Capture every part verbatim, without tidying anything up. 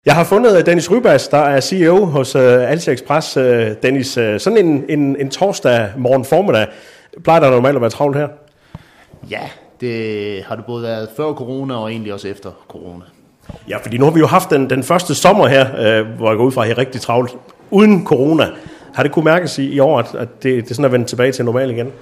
Jeg har fundet Dennis Rybas, der er C E O hos uh, Alsie Express. Uh, Dennis, uh, sådan en, en, en torsdag morgen formiddag, plejer der normalt at være travlt her? Ja, det har det både været før corona og egentlig også efter corona. Ja, fordi nu har vi jo haft den, den første sommer her, uh, hvor jeg går ud fra, at det er rigtig travlt, uden corona. Har det kunne mærkes i, i år, at, at det, det sådan er vendt tilbage til normal igen?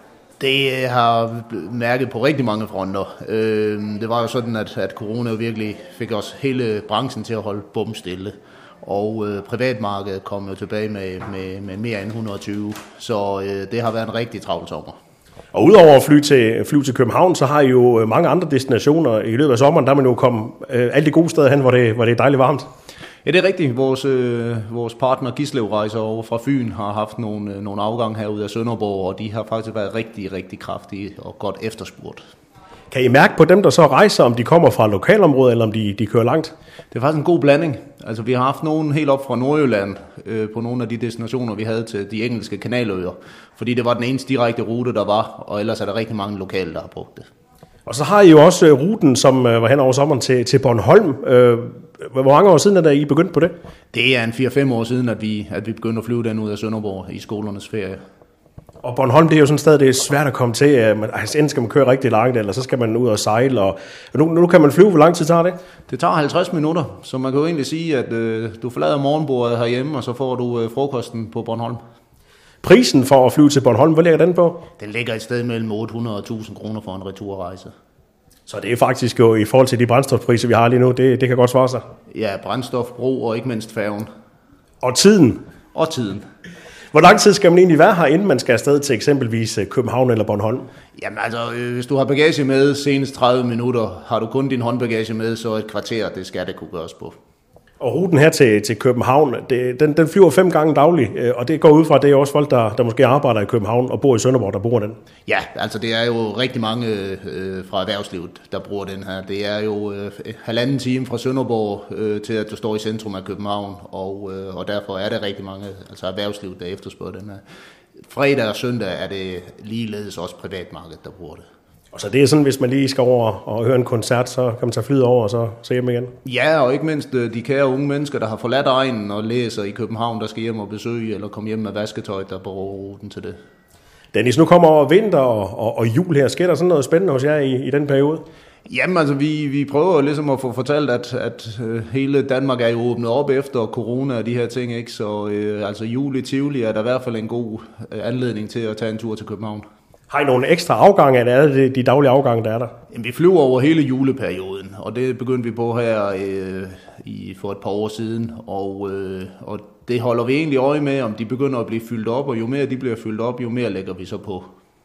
Det har mærket på rigtig mange fronter. Det var jo sådan, at, at corona virkelig fik os hele branchen til at holde bum stille. Og øh, privatmarkedet kom jo tilbage med, med, med mere end et hundrede og tyve, så øh, det har været en rigtig travl sommer. Og udover at flyve til, flyve til København, så har I jo mange andre destinationer i løbet af sommeren. Der er man jo kommet øh, alle de gode steder hen, hvor det, hvor det er dejligt varmt. Ja, det er rigtigt. Vores, øh, vores partner Gislev Rejser over fra Fyn har haft nogle, øh, nogle afgang herude af Sønderborg, og de har faktisk været rigtig, rigtig kraftige og godt efterspurgt. Kan I mærke på dem, der så rejser, om de kommer fra lokalområdet, eller om de, de kører langt? Det er faktisk en god blanding. Altså, vi har haft nogen helt op fra Nordjylland øh, på nogle af de destinationer, vi havde til de engelske kanaløer, fordi det var den eneste direkte rute, der var, og ellers er der rigtig mange lokale, der har brugt det. Og så har I jo også ruten, som var hen over sommeren til, til Bornholm. Hvor mange år siden er der, I begyndt på det? Det er en fire fem år siden, at vi, at vi begyndte at flyve den ud af Sønderborg i skolernes ferie. Og Bornholm, det er jo sådan et sted, det er svært at komme til. Altså, enten skal man køre rigtig langt, eller så skal man ud og sejle. Og nu, nu kan man flyve. Hvor lang tid tager det? Det tager halvtreds minutter, så man kan jo egentlig sige, at øh, du forlader morgenbordet herhjemme, og så får du øh, frokosten på Bornholm. Prisen for at flyve til Bornholm, hvad ligger den på? Den ligger et sted mellem otte hundrede og tusind kroner for en returrejse. Så det er faktisk jo i forhold til de brændstofpriser, vi har lige nu, det, det kan godt svare sig. Ja, brændstof, bro og ikke mindst færgen. Og tiden. Og tiden. Hvor lang tid skal man egentlig være her, inden man skal afsted til eksempelvis København eller Bornholm? Jamen altså, øh, hvis du har bagage med senest tredive minutter, har du kun din håndbagage med, så et kvarter, det skal det kunne gøres på. Og ruten her til, til København, det, den, den flyver fem gange dagligt, og det går ud fra, at det er også folk, der, der måske arbejder i København og bor i Sønderborg, der bruger den. Ja, altså det er jo rigtig mange øh, fra erhvervslivet, der bruger den her. Det er jo øh, halvanden time fra Sønderborg øh, til, at du står i centrum af København, og, øh, og derfor er det rigtig mange altså erhvervslivet, der efterspørger den her. Fredag og søndag er det ligeledes også privatmarkedet, der bruger det. Og så det er sådan, hvis man lige skal over og høre en koncert, så kan man tage flyet over og så, så hjem igen? Ja, og ikke mindst de kære unge mennesker, der har forladt egnen og læser i København, der skal hjem og besøge eller komme hjem med vasketøj, der bruger ruten til det. Dennis, nu kommer vinter og, og, og jul her. Sker der sådan noget spændende hos jer i, i den periode? Jamen altså, vi, vi prøver ligesom at få fortalt, at, at øh, hele Danmark er jo åbnet op efter corona og de her ting, ikke? Så øh, altså jul i Tivoli er der i hvert fald en god øh, anledning til at tage en tur til København. Har I nogle ekstra afgange, eller er det de daglige afgange, der er der? Jamen, vi flyver over hele juleperioden, og det begyndte vi på her øh, i, for et par år siden, og, øh, og det holder vi egentlig øje med, om de begynder at blive fyldt op, og jo mere de bliver fyldt op, jo mere lægger vi så på.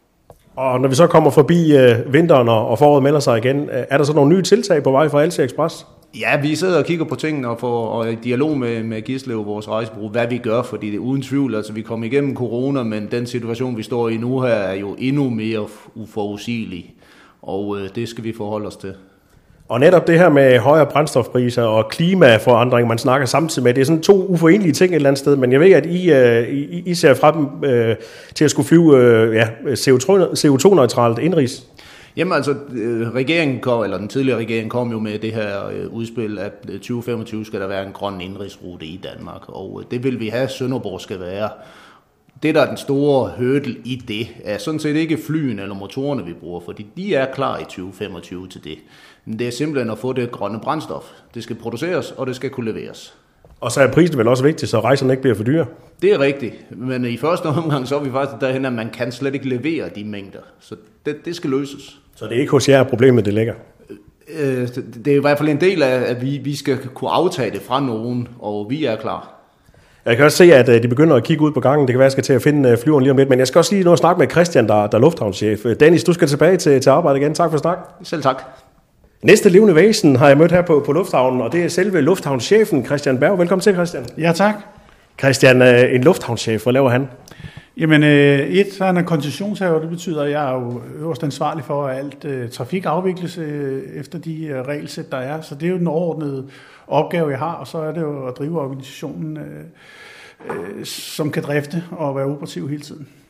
Og når vi så kommer forbi øh, vinteren og, og foråret melder sig igen, øh, er der så nogle nye tiltag på vej fra Alsie Express? Ja, vi sidder og kigger på tingene og får og i dialog med, med Gislev, vores rejsebureau, hvad vi gør, fordi det er uden tvivl, altså vi kom igennem corona, men den situation, vi står i nu her, er jo endnu mere uforudsigelig, og øh, det skal vi forholde os til. Og netop det her med højere brændstofpriser og klimaforandring, man snakker samtidig med, det er sådan to uforenelige ting et eller andet sted, men jeg ved, at I, øh, I, I ser fra dem øh, til at skulle flyve øh, ja, C O to neutralt indrigs. Jamen altså, regeringen kom, eller den tidligere regering kom jo med det her øh, udspil, at tyve femogtyve skal der være en grøn indrigsrute i Danmark, og øh, det vil vi have, Sønderborg skal være. Det, der er den store hurdle i det, er sådan set ikke flyen eller motorerne, vi bruger, fordi de er klar i tyve femogtyve til det. Men det er simpelthen at få det grønne brændstof. Det skal produceres, og det skal kunne leveres. Og så er prisen vel også vigtig, så rejserne ikke bliver for dyre? Det er rigtigt, men i første omgang så er vi faktisk derhen, at man kan slet ikke levere de mængder. Så det, det skal løses. Så det er ikke hos jer problemet, det ligger? Øh, det er i hvert fald en del af, at vi, vi skal kunne aftage det fra nogen, og vi er klar. Jeg kan også se, at de begynder at kigge ud på gangen. Det kan være, at jeg skal til at finde flyveren lige om lidt. Men jeg skal også lige nå at snakke med Christian, der, der er lufthavnschef. Dennis, du skal tilbage til, til arbejde igen. Tak for snak. Selv tak. Næste levende væsen har jeg mødt her på, på lufthavnen, og det er selve lufthavnschefen, Christian Berg. Velkommen til, Christian. Ja, tak. Christian, en lufthavnschef, hvad laver han? Jamen, øh, et, så er han en koncessionshaver. Det betyder, at jeg er jo øverst ansvarlig for, at alt øh, trafik afvikles øh, efter de øh, regelsæt, der er. Så det er jo den overordnede opgave, jeg har, og så er det jo at drive organisationen, øh, øh, som kan drifte og være operativ hele tiden.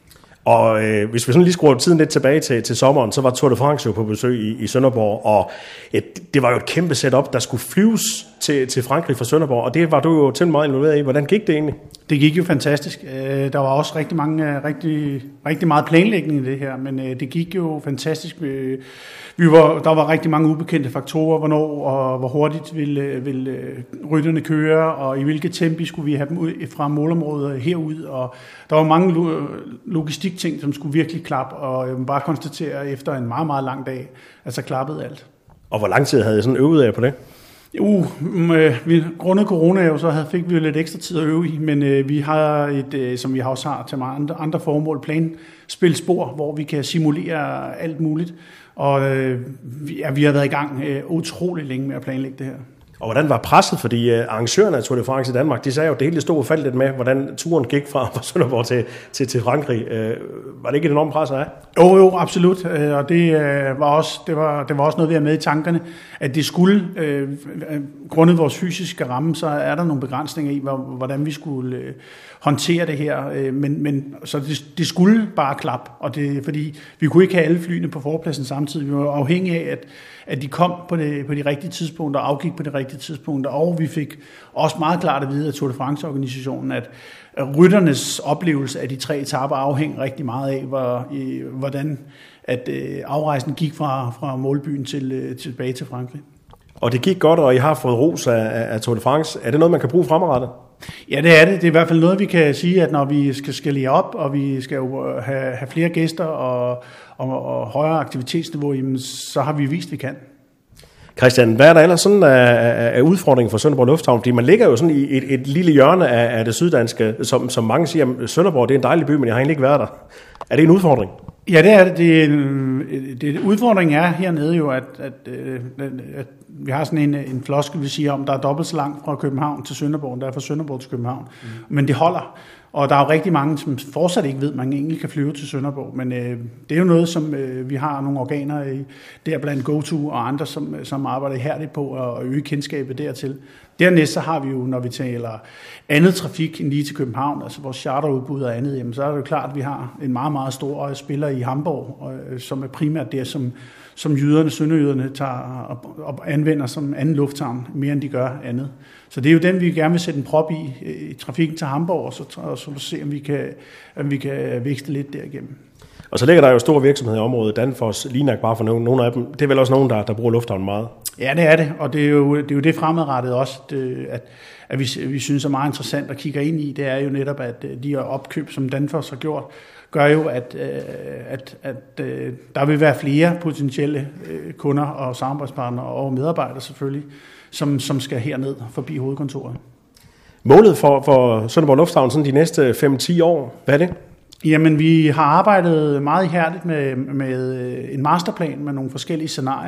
Og øh, hvis vi sådan lige skruer tiden lidt tilbage til, til sommeren, så var Tour de France jo på besøg i, i Sønderborg, og et, det var jo et kæmpe setup, der skulle flyves til, til Frankrig fra Sønderborg, og det var du jo til meget involveret i. Hvordan gik det egentlig? Det gik jo fantastisk. Der var også rigtig, mange, rigtig, rigtig meget planlægning i det her, men det gik jo fantastisk. Vi var, der var rigtig mange ubekendte faktorer, hvornår og hvor hurtigt ville, ville rytterne køre, og i hvilket tempi skulle vi have dem ud fra målområdet herud. Og der var mange logistikting, som skulle virkelig klappe, og jeg må bare konstatere, efter en meget, meget lang dag, at så klappede alt. Og hvor lang tid havde I sådan øvet af på det? Uh, vi, grundet corona jo, så havde, fik vi jo lidt ekstra tid at øve i, men øh, vi har et, øh, som vi også har til mange andre, andre formål, planspilspor, hvor vi kan simulere alt muligt. Og øh, vi, ja, vi har været i gang øh, utrolig længe med at planlægge det her. Og hvordan var presset? Fordi øh, arrangørerne af Tour de France i Danmark, de sagde jo, at det hele stod og faldt lidt med, hvordan turen gik fra, fra Sønderborg til, til, til Frankrig. Øh, var det ikke et enormt pres af? Jo, jo, absolut. Og det, øh, var også, det, var, det var også noget, vi havde med i tankerne, at det skulle, øh, grundet vores fysiske ramme, så er der nogle begrænsninger i, hvordan vi skulle øh, håndtere det her. Øh, men, men så det, det skulle bare klappe, og det, fordi vi kunne ikke have alle flyene på forpladsen samtidig. Vi var afhængige af, at at de kom på, det, på de rigtige tidspunkter, og afgik på de rigtige tidspunkter, og vi fik også meget klart at vide af Tour de France-organisationen, at rytternes oplevelse af de tre etaper afhænger rigtig meget af, hvor, i, hvordan at, øh, afrejsen gik fra, fra målbyen til, øh, tilbage til Frankrig. Og det gik godt, og I har fået ros af, af Tour de France. Er det noget, man kan bruge fremadrettet? Ja, det er det. Det er i hvert fald noget, vi kan sige, at når vi skal skalere op, og vi skal jo have, have flere gæster og, og, og højere aktivitetsniveau, jamen, så har vi vist, at vi kan. Christian, hvad er der ellers sådan af, af udfordringen for Sønderborg Lufthavn? Fordi man ligger jo sådan i et, et lille hjørne af, af det syddanske, som, som mange siger, at Sønderborg det er en dejlig by, men jeg har egentlig ikke været der. Er det en udfordring? Ja, det er det. det, det udfordringen er hernede jo, at, at, at, at vi har sådan en, en floskel, vi siger om, der er dobbelt så langt fra København til Sønderborg, end der er fra Sønderborg til København. Mm. Men det holder. Og der er jo rigtig mange, som fortsat ikke ved, at man egentlig kan flyve til Sønderborg. Men øh, det er jo noget, som øh, vi har nogle organer i, der blandt GoTo og andre, som, som arbejder ihærdigt på at øge kendskabet dertil. Dernæst så har vi jo, når vi taler andet trafik end lige til København, altså vores charterudbud og andet, jamen, så er det jo klart, at vi har en meget, meget stor spiller i Hamburg, og, som er primært det, som, som jyderne, sønderjyderne tager og, og anvender som anden lufthavn, mere end de gør andet. Så det er jo den, vi gerne vil sætte en prop i, i trafikken til Hamburg, og så, og så se, om vi kan, om vi kan vækste lidt derigennem. Og så ligger der jo store virksomheder i området, Danfoss, Linak, bare for nogle af dem. Det er vel også nogen, der, der bruger lufthavnen meget? Ja, det er det, og det er jo det, er jo det fremadrettet også, det, at, at vi, vi synes er meget interessant at kigge ind i. Det er jo netop, at de opkøb, som Danfoss har gjort, gør jo, at, at, at, at der vil være flere potentielle kunder og samarbejdspartnere og medarbejdere selvfølgelig, som, som skal herned forbi hovedkontoret. Målet for, for Sønderborg Lufthavn sådan de næste fem til ti år, hvad er det? Jamen, vi har arbejdet meget ihærdigt med, med en masterplan med nogle forskellige scenarier.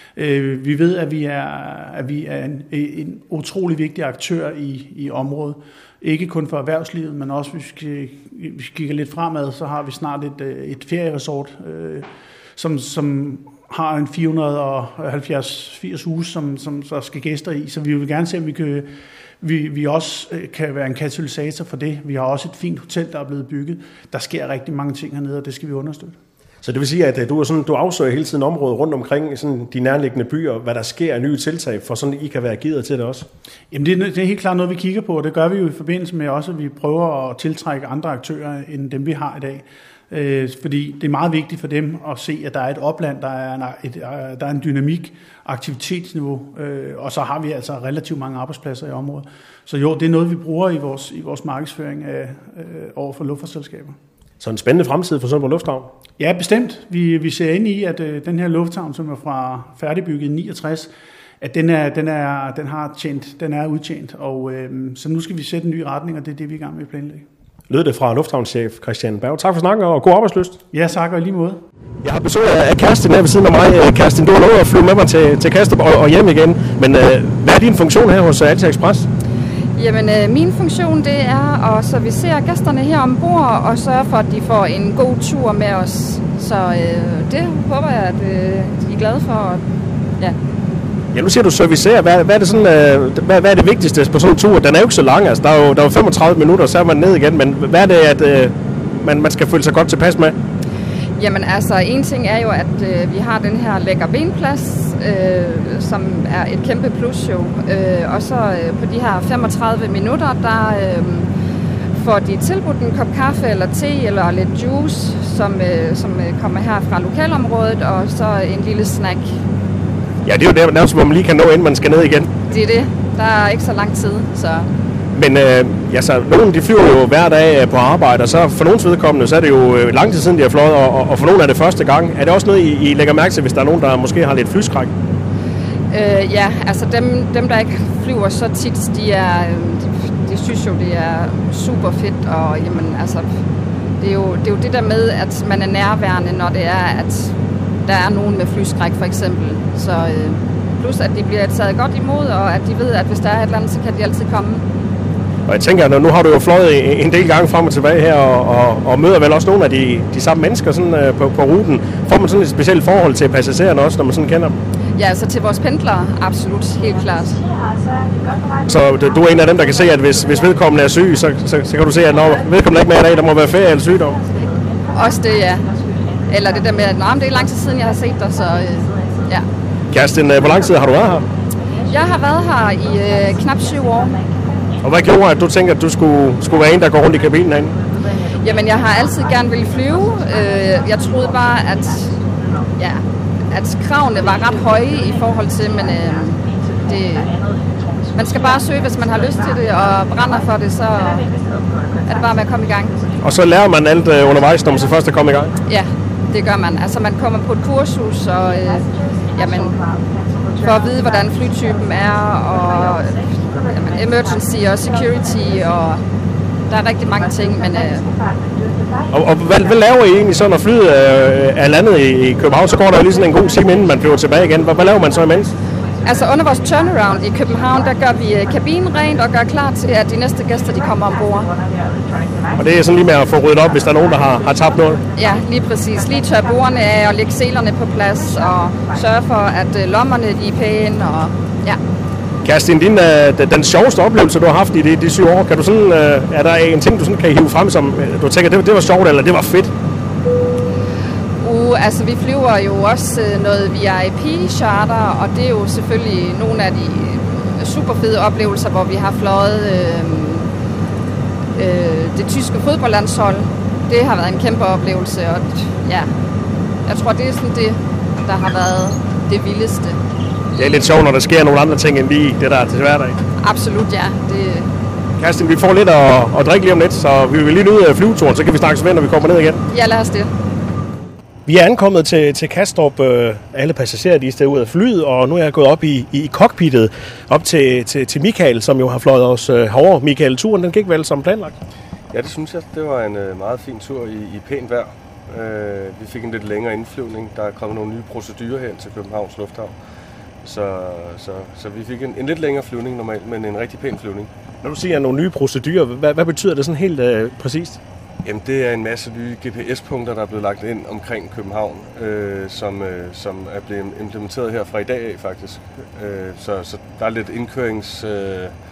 Vi ved, at vi er, at vi er en, en utrolig vigtig aktør i, i området. Ikke kun for erhvervslivet, men også hvis vi kigger lidt fremad, så har vi snart et, et ferieresort, som, som har en fire hundrede og halvfjerds til firs huse, som, som så skal gæster i. Så vi vil gerne se, om vi kan... Vi, vi også kan være en katalysator for det. Vi har også et fint hotel, der er blevet bygget. Der sker rigtig mange ting hernede, og det skal vi understøtte. Så det vil sige, at du, er sådan, du afsøger hele tiden området rundt omkring sådan de nærliggende byer, hvad der sker af nye tiltag, for sådan, I kan være gearet til det også? Jamen det er, det er helt klart noget, vi kigger på, og det gør vi jo i forbindelse med også, at vi prøver at tiltrække andre aktører, end dem vi har i dag. Øh, fordi det er meget vigtigt for dem at se, at der er et opland, der er en, et, der er en dynamik, aktivitetsniveau, øh, og så har vi altså relativt mange arbejdspladser i området. Så jo, det er noget, vi bruger i vores, i vores markedsføring af, øh, over for luftfartsselskaber. Så en spændende fremtid for Sønderborg Lufthavn? Ja, bestemt. Vi, vi ser ind i, at øh, den her lufthavn, som er fra færdigbygget i niogtres, at den er, den er, den har tjent, den er udtjent, og øh, så nu skal vi sætte en ny retning, og det er det, vi er i gang med at planlægge. Lød det fra lufthavnschef Christian Berg. Tak for snakken, og god arbejdslyst. Ja, tak, og i lige måde. Jeg har besøg af Kerstin her ved siden af mig. Kerstin, du har lovet at flyve med mig til, til Kastrup og, og hjem igen, men øh, hvad er din funktion her hos Altia Express? Jamen, øh, min funktion det er at servicere gæsterne her ombord og sørge for, at de får en god tur med os. Så øh, det håber jeg, at øh, de er glade for. Ja. Ja, nu siger du servicere. Hvad, hvad, er det sådan, øh, hvad, hvad er det vigtigste på sådan en tur? Den er jo ikke så lang, altså der er jo, der er jo femogtredive minutter, så er man ned igen, men hvad er det, at, øh, man, man skal føle sig godt tilpas med? Jamen altså, en ting er jo, at øh, vi har den her lækker benplads, øh, som er et kæmpe plus jo. Øh, og så øh, på de her femogtredive minutter, der øh, får de tilbudt en kop kaffe eller te eller lidt juice, som, øh, som øh, kommer her fra lokalområdet, og så en lille snack. Ja, det er jo der, hvor man lige kan nå, inden man skal ned igen. Det er det. Der er ikke så lang tid, så... Men øh, ja, så nogle de flyver jo hver dag på arbejde, og så for nogens vedkommende, så er det jo øh, lang tid siden, de har fløjet, og, og for nogle er det første gang. Er det også noget, I, I lægger mærke til, hvis der er nogen, der måske har lidt flyskræk? Øh, ja, altså dem, dem, der ikke flyver så tit, de, er, de, de synes jo, det er super fedt, og jamen, altså, det er, jo, det er jo det der med, at man er nærværende, når det er, at der er nogen med flyskræk for eksempel. Så øh, plus, at de bliver taget godt imod, og at de ved, at hvis der er et eller andet, så kan de altid komme. Og jeg tænker, nu har du jo fløjet en del gange frem og tilbage her, og, og, og møder vel også nogle af de, de samme mennesker sådan, øh, på, på ruten. Får man sådan et specielt forhold til passagererne også, når man sådan kender dem? Ja, altså til vores pendlere, absolut, helt klart. Så du er en af dem, der kan se, at hvis, hvis vedkommende er syg, så, så, så kan du se, at når vedkommende ikke er med i dag, der må være ferie eller sygdom? Også det, ja. Eller det der med, at nå, det er lang tid siden, jeg har set dig, så øh, ja. Kerstin, hvor lang tid har du været her? Jeg har været her i øh, knap syv år. Og hvad gjorde, at du tænker, at du skulle, skulle være en, der går rundt i kabinen herinde? Jamen, jeg har altid gerne ville flyve. Jeg troede bare, at, ja, at kravene var ret høje i forhold til, men øh, det, man skal bare søge, hvis man har lyst til det og brænder for det, så er det bare med at komme i gang. Og så lærer man alt øh, undervejs, når man så først er kommet i gang? Ja, det gør man. Altså, man kommer på et kursus, og øh, jamen, for at vide, hvordan flytypen er, og jamen, emergency og security, og der er rigtig mange ting, men... Øh... Og, og hvad, hvad laver I egentlig så, når flyet øh, er landet i, i København? Så går der jo lige sådan en god time, inden man flyver tilbage igen. Hvad, hvad laver man så imens? Altså under vores turnaround i København, der gør vi kabinen rent og gør klar til, at de næste gæster, de kommer ombord. Og det er sådan lige med at få ryddet op, hvis der er nogen, der har, har tabt noget? Ja, lige præcis. Lige tør bordene af og lægge selerne på plads og sørge for, at lommerne de er pæne og ja. Kerstin, din, øh, den sjoveste oplevelse, du har haft i de, de syv år, kan du sådan, øh, er der en ting, du sådan kan hive frem, som du tænker, det, det var sjovt, eller det var fedt? Uh, altså vi flyver jo også noget V I P-charter, og det er jo selvfølgelig nogle af de super fede oplevelser, hvor vi har fløjet øh, øh, det tyske fodboldlandshold. Det har været en kæmpe oplevelse, og ja, jeg tror, det er sådan det, der har været det vildeste. Det er lidt sjovt, når der sker nogle andre ting, end lige det der til hverdag. Absolut, ja. Det... Kerstin, vi får lidt at, at drikke lige om lidt, så vi vil lige nyde flyveturen, så kan vi snakke ved, når vi kommer ned igen. Ja, lad os det. Vi er ankommet til, til Kastrup. Alle passagerer de er stedet ud af flyet, og nu er jeg gået op i, i cockpittet, op til, til, til Michael, som jo har fløjet os herovre. Michael, turen den gik vel som planlagt? Ja, det synes jeg. Det var en meget fin tur i, i pænt vejr. Vi fik en lidt længere indflyvning. Der er kommet nogle nye procedurer her til Københavns Lufthavn. Så, så, så vi fik en, en lidt længere flyvning normalt, men en rigtig pæn flyvning. Når du siger nogle nye procedurer, hvad, hvad betyder det sådan helt øh, præcist? Jamen, det er en masse nye G P S-punkter, der er blevet lagt ind omkring København, øh, som, øh, som er blevet implementeret her fra i dag af, faktisk. Øh, så, så der er lidt indkørings... Øh,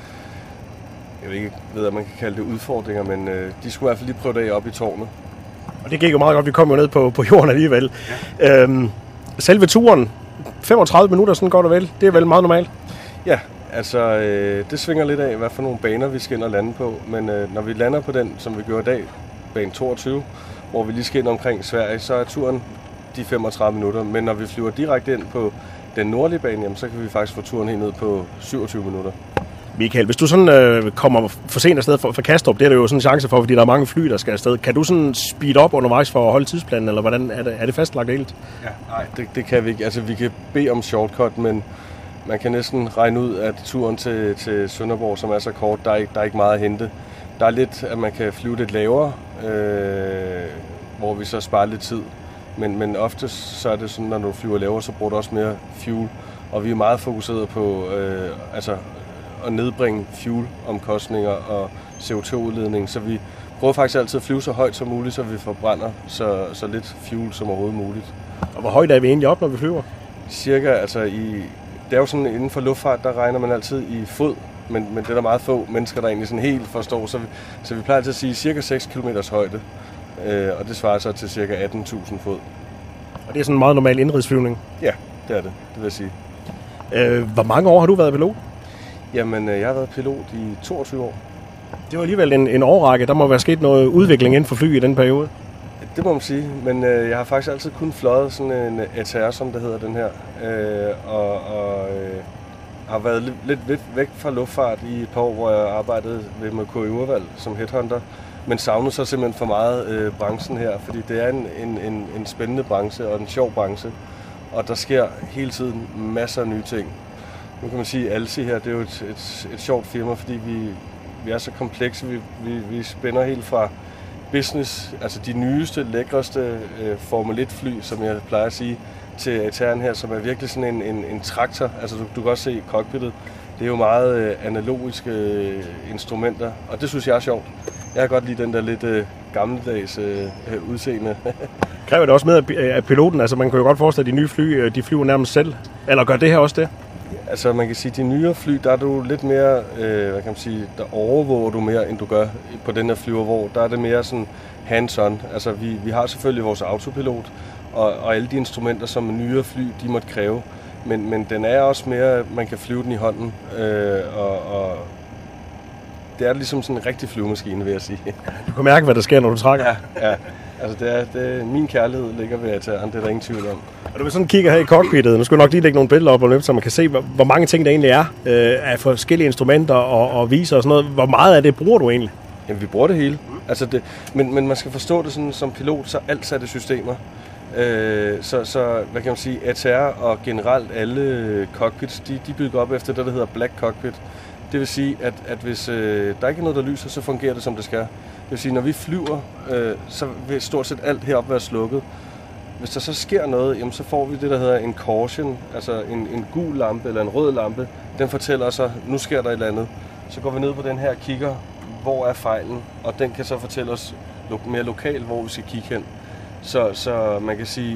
jeg ved ikke, ved, at man kan kalde det udfordringer, men øh, de skulle i hvert fald lige prøve det op i tårnet. Og det gik jo meget godt. Vi kom jo ned på, på jorden alligevel. Ja. Øhm, selve turen, femogtredive minutter, sådan godt og vel. Det er vel meget normalt? Ja, altså øh, det svinger lidt af, hvad for nogle baner vi skal ind og lande på. Men øh, når vi lander på den, som vi gjorde i dag, bane toogtyve, hvor vi lige skal ind omkring Sverige, så er turen de femogtredive minutter. Men når vi flyver direkte ind på den nordlige bane, jamen, så kan vi faktisk få turen helt ned på syvogtyve minutter. Michael, hvis du sådan øh, kommer for sent afsted fra, fra Kastrup, det er det jo sådan en chance for, fordi der er mange fly, der skal afsted. Kan du sådan speed op undervejs for at holde tidsplanen, eller hvordan er det, er det fastlagt helt? Ja, nej, det, det kan vi ikke. Altså, vi kan bede om shortcut, men man kan næsten regne ud, at turen til, til Sønderborg, som er så kort, der er, ikke, der er ikke meget at hente. Der er lidt, at man kan flyve lidt lavere, øh, hvor vi så sparer lidt tid. Men, men oftest så er det sådan, når du flyver lavere, så bruger du også mere fuel. Og vi er meget fokuseret på øh, altså, at nedbringe fuel-omkostninger og C O to udledning. Så vi prøver faktisk altid at flyve så højt som muligt, så vi forbrænder så, så lidt fuel som overhovedet muligt. Og hvor højt er vi egentlig op, når vi flyver? Cirka, altså i... Det er jo sådan, inden for luftfart, der regner man altid i fod, men, men det er der meget få mennesker, der egentlig sådan helt forstår. Så vi, så vi plejer altid at sige cirka seks kilometers højde. øh, og det svarer så til cirka atten tusind fod. Og det er sådan en meget normal indrigsflyvning? Ja, det er det, det vil jeg sige. Øh, hvor mange år har du været pilot? Jamen, jeg har været pilot i toogtyve år. Det var alligevel en, en årrække. Der må være sket noget udvikling inden for fly i den periode. Det må man sige, men øh, jeg har faktisk altid kun fløjet sådan en A T R, som det hedder den her. Øh, og og øh, har været lidt, lidt væk fra luftfart i et par år, hvor jeg arbejdede ved med K I Urvalg som headhunter. Men savnede så simpelthen for meget øh, branchen her, fordi det er en, en, en, en spændende branche og en sjov branche. Og der sker hele tiden masser af nye ting. Nu kan man sige, at Alsi her, det er jo et, et, et sjovt firma, fordi vi, vi er så komplekse. Vi, vi, vi spænder helt fra business, altså de nyeste, lækreste øh, Formel et fly, som jeg plejer at sige, til A T R'en her, som er virkelig sådan en, en, en traktor. Altså du, du kan også se cockpittet. Det er jo meget øh, analogiske øh, instrumenter, og det synes jeg er sjovt. Jeg kan godt lide den der lidt øh, gammeldags øh, udseende. Kræver det også med af piloten? Altså man kan jo godt forestille, at de nye fly, de flyver nærmest selv. Eller gør det her også det? Altså man kan sige, at de nyere fly, der er du lidt mere, øh, hvad kan man sige, der overvåger du mere, end du gør på den her flyver, hvor der er det mere sådan hands-on. Altså vi, vi har selvfølgelig vores autopilot, og, og alle de instrumenter, som nyere fly, de måtte kræve. Men, men den er også mere, man kan flyve den i hånden, øh, og, og det er ligesom sådan en rigtig flyvemaskine, vil jeg sige. Du kan mærke, hvad der sker, når du trækker. Ja, ja. Altså det er, det er, min kærlighed ligger ved A T R'en, det er der ingen tvivl om. Og du vil sådan kigge her i cockpittet, nu skal du nok lige lægge nogle billeder op og løbe, så man kan se, hvor, hvor mange ting der egentlig er øh, af forskellige instrumenter og, og viser og sådan noget. Hvor meget af det bruger du egentlig? Jamen vi bruger det hele. Altså det, men, men man skal forstå det sådan, som pilot, så alt er det systemer. Øh, så, så hvad kan man sige, A T R og generelt alle cockpits, de, de bygger op efter det, der hedder Black Cockpit. Det vil sige, at, at hvis øh, der ikke er noget, der lyser, så fungerer det, som det skal. Det vil sige, når vi flyver, øh, så vil stort set alt heroppe være slukket. Hvis der så sker noget, jamen, så får vi det, der hedder en caution, altså en, en gul lampe eller en rød lampe. Den fortæller os, at nu sker der et eller andet. Så går vi ned på den her og kigger, hvor er fejlen, og den kan så fortælle os mere lokalt, hvor vi skal kigge hen. Så, så man kan sige,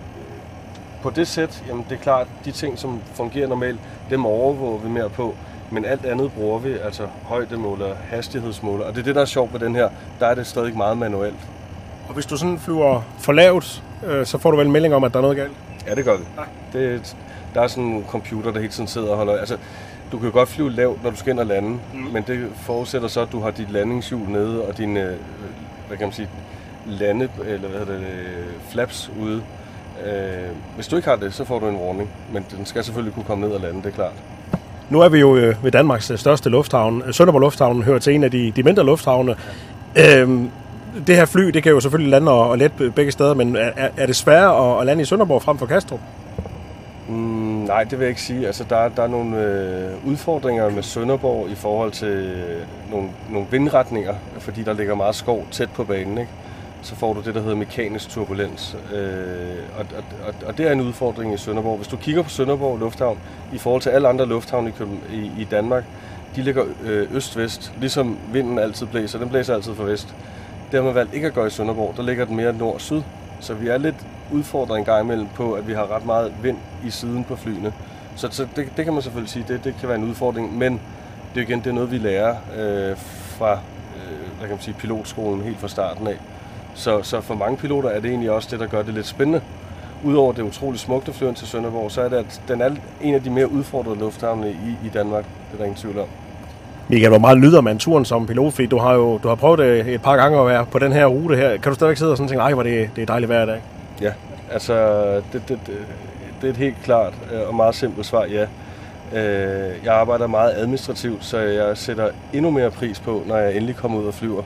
på det sæt, jamen det er klart, de ting, som fungerer normalt, dem overvåger vi mere på. Men alt andet bruger vi, altså højdemåler, hastighedsmåler, og det er det, der er sjovt ved den her. Der er det stadig meget manuelt. Og hvis du sådan flyver for lavt, øh, så får du vel en melding om, at der er noget galt? Ja, det gør vi. Det, der er sådan en computer, der hele tiden sidder og holder. Altså, du kan jo godt flyve lavt, når du skal ind og lande, mm. men det forudsætter så, at du har dit landingshjul nede og dine, hvad kan man sige, lande, eller hvad hedder det, flaps ude. Øh, hvis du ikke har det, så får du en warning, men den skal selvfølgelig kunne komme ned og lande, det er klart. Nu er vi jo ved Danmarks største lufthavn. Sønderborg Lufthavn hører til en af de, de mindre lufthavne. Øhm, det her fly, det kan jo selvfølgelig lande og, og lette begge steder, men er, er det sværere at, at lande i Sønderborg frem for Kastrup? Mm, nej, det vil jeg ikke sige. Altså, der, der er nogle øh, udfordringer med Sønderborg i forhold til øh, nogle, nogle vindretninger, fordi der ligger meget skov tæt på banen, ikke? Så får du det, der hedder mekanisk turbulens. Øh, og, og, og det er en udfordring i Sønderborg. Hvis du kigger på Sønderborg Lufthavn, i forhold til alle andre lufthavne i, i, i Danmark, de ligger øh, øst-vest, ligesom vinden altid blæser. Den blæser altid fra vest. Det har man valgt ikke at gøre i Sønderborg. Der ligger den mere nord-syd. Så vi er lidt udfordret en gang imellem på, at vi har ret meget vind i siden på flyene. Så, så det, det kan man selvfølgelig sige, det, det kan være en udfordring. Men det er igen det er noget, vi lærer øh, fra øh, hvad kan man sige, pilotskolen helt fra starten af. Så, så for mange piloter er det egentlig også det, der gør det lidt spændende. Udover det utroligt smukt at flyve til Sønderborg, så er det, at den er en af de mere udfordrede lufthavne i, i Danmark. Det er der ingen tvivl om. Michael, hvor meget lyder man turen som pilot? Fordi du har jo du har prøvet det et par gange at være på den her rute her. Kan du stadigvæk sidde og sådan tænke, nej, hvor det, det er dejligt hver dag? Ja, altså det, det, det, det er et helt klart og meget simpelt svar, ja. Jeg arbejder meget administrativt, så jeg sætter endnu mere pris på, når jeg endelig kommer ud og flyver.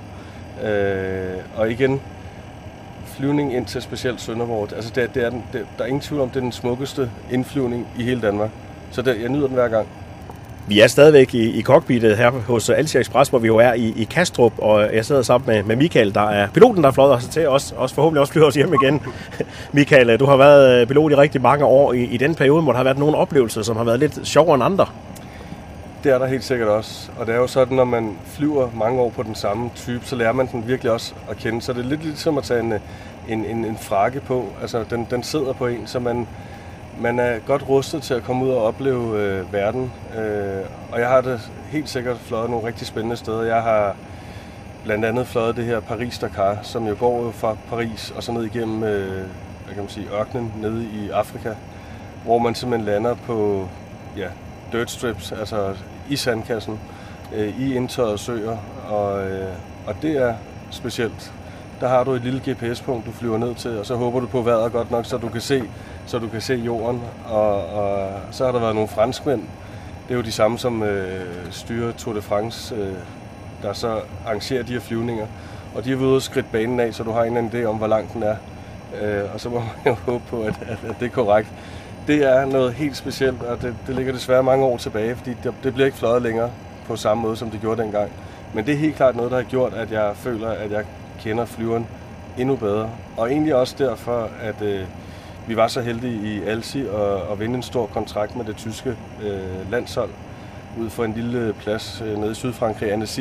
Og igen, flyvning ind til specielt Sønderborg, altså det, det er den, det, der er ingen tvivl om, det er den smukkeste indflyvning i hele Danmark. Så det, jeg nyder den hver gang. Vi er stadigvæk i, i cockpittet her hos Alsia Express, hvor vi jo er i, i Kastrup, og jeg sidder sammen med, med Michael, der er piloten, der fløjet os til os, også forhåbentlig også flyver os hjem igen. Michael, du har været pilot i rigtig mange år. I, i den periode, hvor der har været nogle oplevelser, som har været lidt sjovere end andre. Det er der helt sikkert også, og det er jo sådan, når man flyver mange år på den samme type, så lærer man den virkelig også at kende. Så det er lidt ligesom at tage en, en, en, en frakke på, altså den, den sidder på en, så man, man er godt rustet til at komme ud og opleve øh, verden. Øh, og jeg har det helt sikkert fløjet nogle rigtig spændende steder. Jeg har blandt andet fløjet det her Paris-Dakar, som jo går fra Paris og så ned igennem øh, hvad kan man sige, ørkenen nede i Afrika, hvor man simpelthen lander på ja, dirt strips, altså i sandkassen, øh, i indtørrede søer, og, øh, og det er specielt. Der har du et lille G P S-punkt, du flyver ned til, og så håber du på vejret godt nok, så du kan se, så du kan se jorden. Og, og så har der været nogle franskmænd. Det er jo de samme, som øh, styrer Tour de France, øh, der så arrangerer de her flyvninger. Og de er ude og skridte banen af, så du har en eller anden idé om, hvor lang den er. Øh, og så må man jo håbe på, at, at, at det er korrekt. Det er noget helt specielt, og det, det ligger desværre mange år tilbage, fordi det, det bliver ikke fløjet længere på samme måde, som det gjorde dengang. Men det er helt klart noget, der har gjort, at jeg føler, at jeg kender flyveren endnu bedre. Og egentlig også derfor, at øh, vi var så heldige i Alsi at, at vinde en stor kontrakt med det tyske øh, landshold ud for en lille plads øh, nede i Sydfrankrig, Annecy.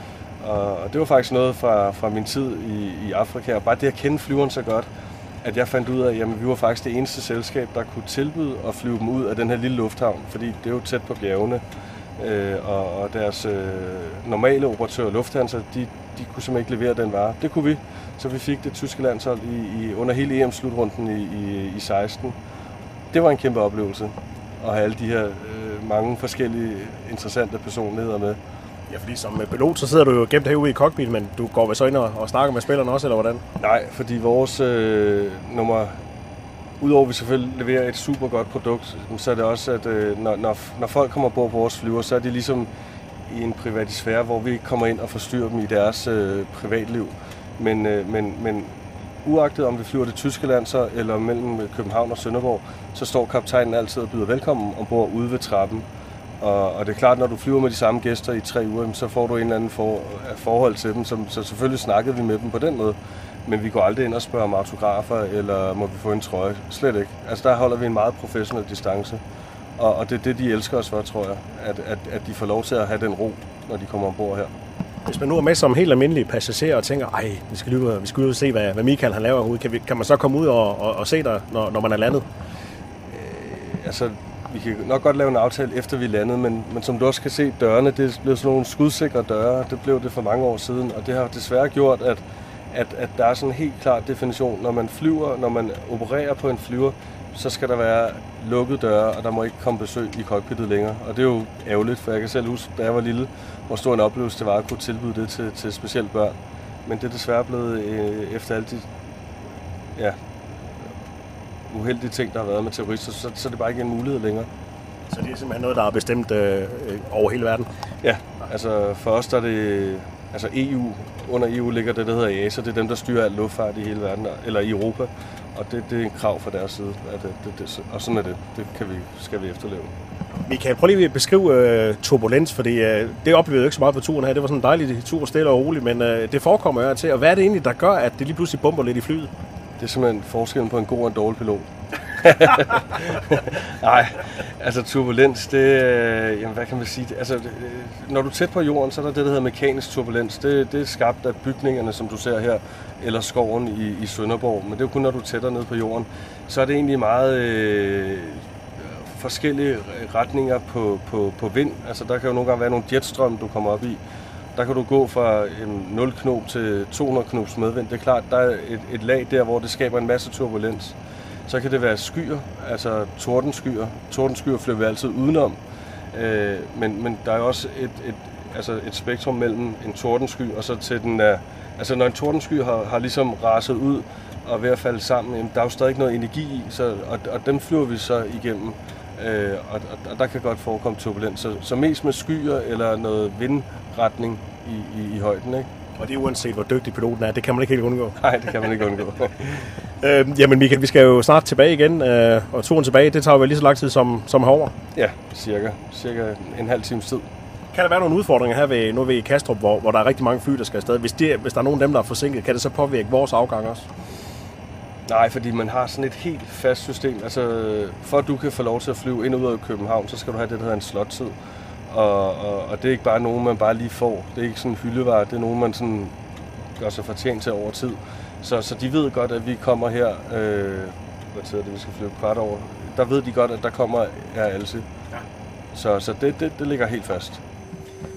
Og, og det var faktisk noget fra, fra min tid i, i Afrika. Og bare det at kende flyveren så godt, at jeg fandt ud af, at jamen, vi var faktisk det eneste selskab, der kunne tilbyde at flyve dem ud af den her lille lufthavn, fordi det er jo tæt på bjergene. Øh, og, og deres øh, normale operatører Lufthansa, de, de kunne simpelthen ikke levere den vare. Det kunne vi, så vi fik det tyske landshold i, i, under hele E M-slutrunden i, i, i seksten. Det var en kæmpe oplevelse at have alle de her øh, mange forskellige interessante personligheder med. Ja, fordi som pilot, så sidder du jo gemt herude i cockpit, men du går vel så ind og, og snakker med spillerne også, eller hvordan? Nej, fordi vores øh, nummer... Udover at vi selvfølgelig leverer et super godt produkt, så er det også, at øh, når, når, når folk kommer ombord på vores flyver, så er de ligesom i en privatisfære, hvor vi ikke kommer ind og forstyrrer dem i deres øh, privatliv. Men, øh, men, men uagtet om vi flyver det tyske land så, eller mellem København og Sønderborg, så står kaptajnen altid og byder velkommen ombord ude ved trappen. Og, og det er klart, når du flyver med de samme gæster i tre uger, så får du en eller anden for, forhold til dem, som, så selvfølgelig snakkede vi med dem på den måde. Men vi går aldrig ind og spørger om autografer, eller må vi få en trøje. Slet ikke. Altså der holder vi en meget professionel distance. Og, og det er det, de elsker os for, tror jeg. At, at, at de får lov til at have den ro, når de kommer ombord her. Hvis man nu er med som helt almindelig passager og tænker, ej, vi skal lige vi skal ud og se, hvad, hvad Michael han laver herude. Kan, vi, kan man så komme ud og, og, og se dig, når, når man er landet? Øh, altså, vi kan nok godt lave en aftale, efter vi er landet, men, men som du også kan se, dørene, det blev sådan nogle skudsikre døre. Det blev det for mange år siden, og det har desværre gjort, at At, at der er sådan en helt klar definition. Når man flyver, når man opererer på en flyver, så skal der være lukkede døre, og der må ikke komme besøg i cockpittet længere. Og det er jo ærgerligt, for jeg kan selv huske, da jeg var lille, hvor stor en oplevelse det var at kunne tilbyde det til, til specielt børn. Men det er desværre blevet øh, efter alle de ja, uheldige ting, der har været med terrorister, så, så er det bare ikke en mulighed længere. Så det er simpelthen noget, der er bestemt øh, over hele verden? Ja, altså for os der er det... Altså E U, under E U ligger det, der hedder E A S A, det er dem, der styrer al luftfart i hele verden, eller i Europa, og det, det er en krav fra deres side, at det, det, det, og sådan er det, det kan vi, skal vi efterleve. Michael, prøv lige at beskrive uh, turbulens, fordi uh, det oplevede jeg ikke så meget på turen her, det var sådan en dejlig tur, stille og rolig, men uh, det forekommer jo til, og hvad er det egentlig, der gør, at det lige pludselig bomber lidt i flyet? Det er simpelthen forskellen på en god og en dårlig pilot. Nej, altså turbulens, det, jamen hvad kan man sige, altså når du er tæt på jorden, så er der det, der hedder mekanisk turbulens. Det, det er skabt af bygningerne, som du ser her, eller skoven i, i Sønderborg, men det er jo kun, når du er tættere ned på jorden. Så er det egentlig meget øh, forskellige retninger på, på, på vind. Altså der kan jo nogle gange være nogle jetstrøm, du kommer op i. Der kan du gå fra en nul knop til to hundrede knops medvind. Det er klart, der er et, et lag der, hvor det skaber en masse turbulens. Så kan det være skyer, altså tordenskyer. Tordenskyer flyver vi altid udenom. Øh, men, men der er også et, et, altså et spektrum mellem en tordensky og så til den er... Altså når en tordensky har, har ligesom raset ud og er ved at falde sammen, jamen, der er jo stadig noget energi i, så, og, og dem flyver vi så igennem. Øh, og, og der kan godt forekomme turbulens. Så, så mest med skyer eller noget vindretning i, i, i højden, ikke? Og det er uanset, hvor dygtig piloten er. Det kan man ikke helt undgå. Nej, det kan man ikke undgå. øh, jamen Michael, vi skal jo snart tilbage igen, øh, og turen tilbage, det tager jo lige så lang tid som, som herover. Ja, cirka. Cirka en halv times tid. Kan der være nogle udfordringer her ved, nu ved Kastrup, hvor, hvor der er rigtig mange fly, der skal afsted? Hvis, det, hvis der er nogen af dem, der er forsinket, kan det så påvirke vores afgang også? Nej, fordi man har sådan et helt fast system. Altså, for at du kan få lov til at flyve ind og ud af København, så skal du have det, der hedder en slottid. Og, og, og det er ikke bare nogen, man bare lige får. Det er ikke sådan en hyldevare. Det er nogen, man sådan gør sig fortjent til over tid. Så, så de ved godt, at vi kommer her, øh, hvad tid er det, vi skal flyve kvart over. Der ved de godt, at der kommer Air Alsi. Ja. Så, så det, det, det ligger helt fast.